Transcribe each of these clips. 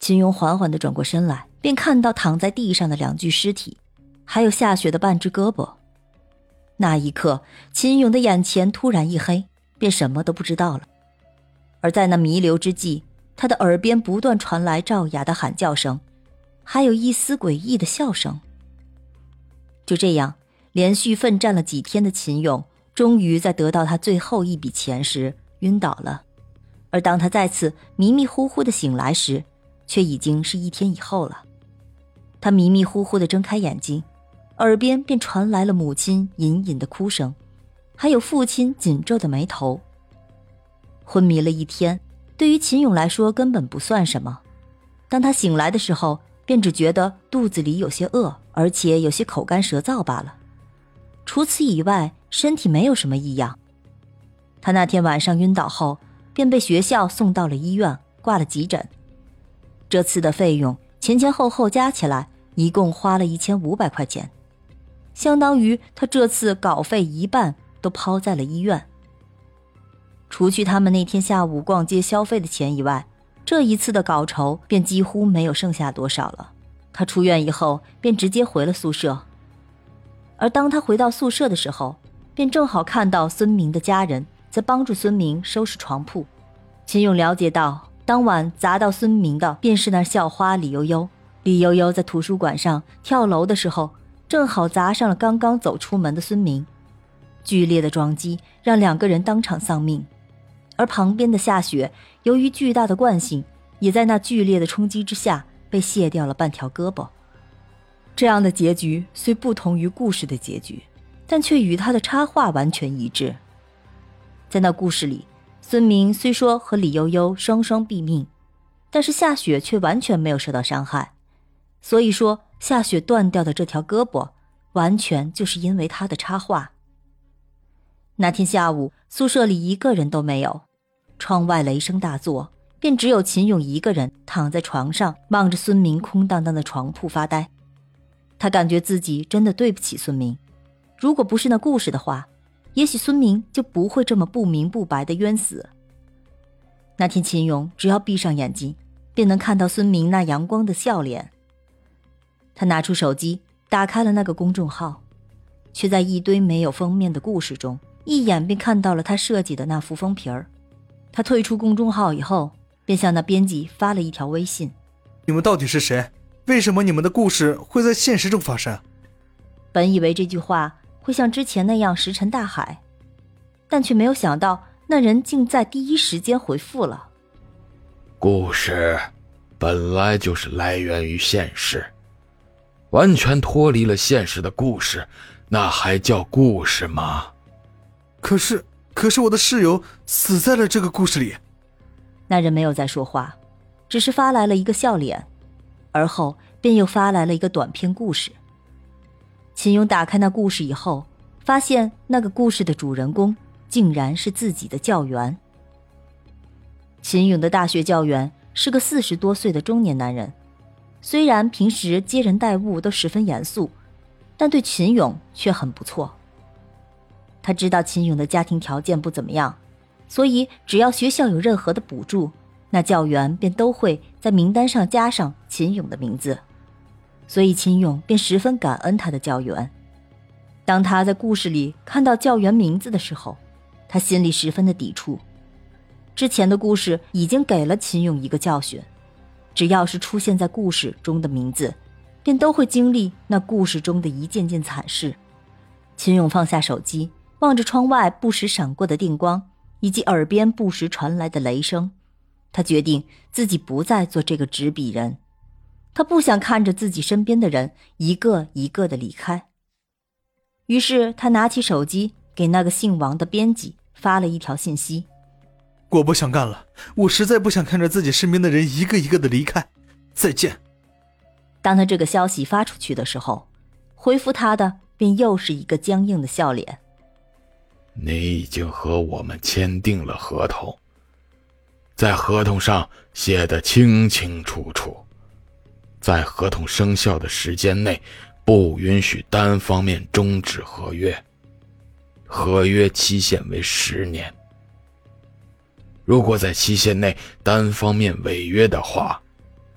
秦勇缓缓地转过身来，便看到躺在地上的2具尸体，还有夏雪的半只胳膊。那一刻，秦勇的眼前突然一黑，便什么都不知道了。而在那弥留之际，他的耳边不断传来赵雅的喊叫声，还有一丝诡异的笑声。就这样，连续奋战了几天的秦勇，终于在得到他最后一笔钱时晕倒了。而当他再次迷迷糊糊地醒来时，却已经是1天以后了。他迷迷糊糊地睁开眼睛，耳边便传来了母亲隐隐的哭声，还有父亲紧皱的眉头。昏迷了1天，对于秦勇来说根本不算什么。当他醒来的时候，便只觉得肚子里有些饿，而且有些口干舌燥罢了。除此以外，身体没有什么异样。他那天晚上晕倒后，便被学校送到了医院，挂了急诊。这次的费用前后后加起来，一共花了1500块钱，相当于他这次稿费一半都抛在了医院。除去他们那天下午逛街消费的钱以外，这一次的稿酬便几乎没有剩下多少了。他出院以后便直接回了宿舍，而当他回到宿舍的时候，便正好看到孙明的家人在帮助孙明收拾床铺。秦勇了解到，当晚砸到孙明的便是那校花李悠悠。李悠悠在图书馆上跳楼的时候，正好砸上了刚刚走出门的孙明。剧烈的撞击让2个人当场丧命，而旁边的夏雪由于巨大的惯性，也在那剧烈的冲击之下被卸掉了半条胳膊。这样的结局虽不同于故事的结局，但却与他的插画完全一致。在那故事里，孙明虽说和李悠悠双双毙命，但是夏雪却完全没有受到伤害。所以说，夏雪断掉的这条胳膊，完全就是因为他的插画。那天下午，宿舍里一个人都没有，窗外雷声大作，便只有秦勇一个人躺在床上，望着孙明空荡荡的床铺发呆。他感觉自己真的对不起孙明，如果不是那故事的话，也许孙明就不会这么不明不白的冤死。那天秦勇只要闭上眼睛，便能看到孙明那阳光的笑脸。他拿出手机，打开了那个公众号，却在一堆没有封面的故事中，一眼便看到了他设计的那幅封皮儿。他退出公众号以后，便向那编辑发了一条微信： 你们到底是谁？为什么你们的故事会在现实中发生？ 本以为这句话会像之前那样石沉大海，但却没有想到那人竟在第一时间回复了。 故事本来就是来源于现实，完全脱离了现实的故事，那还叫故事吗？ 可是我的室友死在了这个故事里。 那人没有再说话，只是发来了一个笑脸，而后便又发来了一个短篇故事。秦勇打开那故事以后，发现那个故事的主人公竟然是自己的教员。秦勇的大学教员是个40多岁的中年男人，虽然平时接人待物都十分严肃，但对秦勇却很不错。他知道秦勇的家庭条件不怎么样，所以只要学校有任何的补助，那教员便都会在名单上加上秦勇的名字。所以秦勇便十分感恩他的教员。当他在故事里看到教员名字的时候，他心里十分的抵触。之前的故事已经给了秦勇一个教训，只要是出现在故事中的名字，便都会经历那故事中的一件件惨事。秦勇放下手机，望着窗外不时闪过的电光，以及耳边不时传来的雷声，他决定自己不再做这个纸笔人。他不想看着自己身边的人一个一个的离开。于是他拿起手机，给那个姓王的编辑发了一条信息： 我不想干了，我实在不想看着自己身边的人一个一个的离开，再见。 当他这个消息发出去的时候，回复他的便又是一个僵硬的笑脸： 你已经和我们签订了合同，在合同上写得清清楚楚，在合同生效的时间内不允许单方面终止合约，合约期限为10年。如果在期限内单方面违约的话，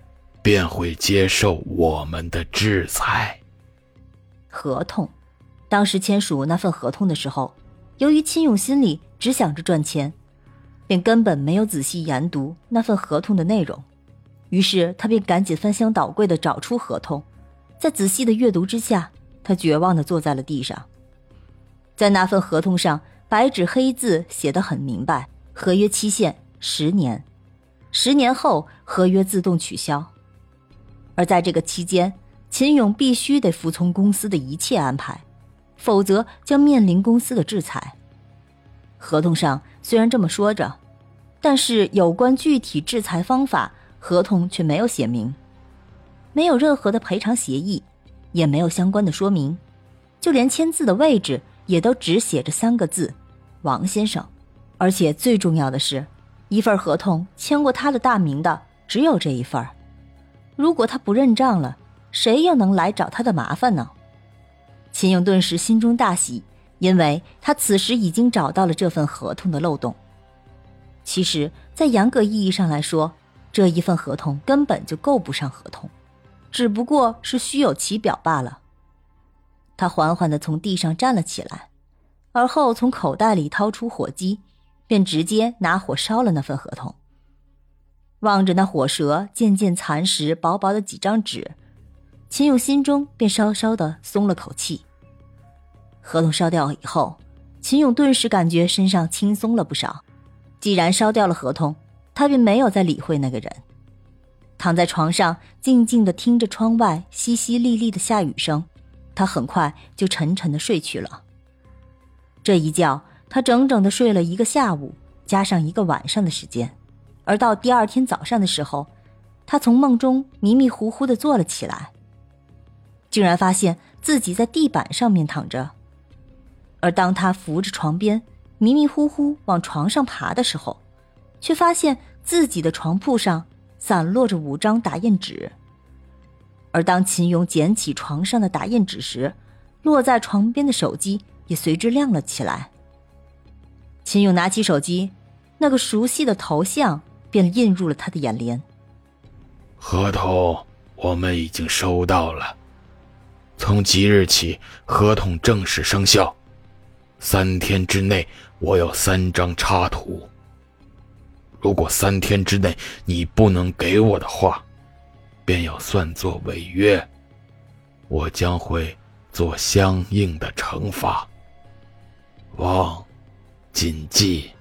便会接受我们的制裁。 合同，当时签署那份合同的时候，由于秦勇心里只想着赚钱，便根本没有仔细研读那份合同的内容。于是他便赶紧翻箱倒柜地找出合同，在仔细的阅读之下，他绝望地坐在了地上。在那份合同上，白纸黑字写得很明白，合约期限10年，10年后合约自动取消。而在这个期间，秦勇必须得服从公司的一切安排，否则将面临公司的制裁。合同上虽然这么说着，但是有关具体制裁方法，合同却没有写明，没有任何的赔偿协议，也没有相关的说明，就连签字的位置也都只写着3个字：王先生。而且最重要的是，一份合同签过他的大名的只有这一份。如果他不认账了，谁又能来找他的麻烦呢？秦勇顿时心中大喜，因为他此时已经找到了这份合同的漏洞。其实在严格意义上来说，这一份合同根本就够不上合同，只不过是虚有其表罢了。他缓缓地从地上站了起来，而后从口袋里掏出火机，便直接拿火烧了那份合同。望着那火舌渐渐蚕食薄薄的几张纸，秦勇心中便稍稍地松了口气。合同烧掉以后，秦勇顿时感觉身上轻松了不少。既然烧掉了合同，他便没有再理会那个人，躺在床上静静地听着窗外淅淅沥沥的下雨声，他很快就沉沉地睡去了。这一觉他整整地睡了1个下午，加上1个晚上的时间。而到第2天早上的时候，他从梦中迷迷糊糊地坐了起来，竟然发现自己在地板上面躺着。而当他扶着床边迷迷糊糊往床上爬的时候，却发现自己的床铺上散落着5张打印纸。而当秦勇捡起床上的打印纸时，落在床边的手机也随之亮了起来。秦勇拿起手机，那个熟悉的头像便映入了他的眼帘。 合同我们已经收到了，从即日起合同正式生效，3天之内我有3张插图，如果3天之内你不能给我的话，便要算作违约，我将会做相应的惩罚。望谨记。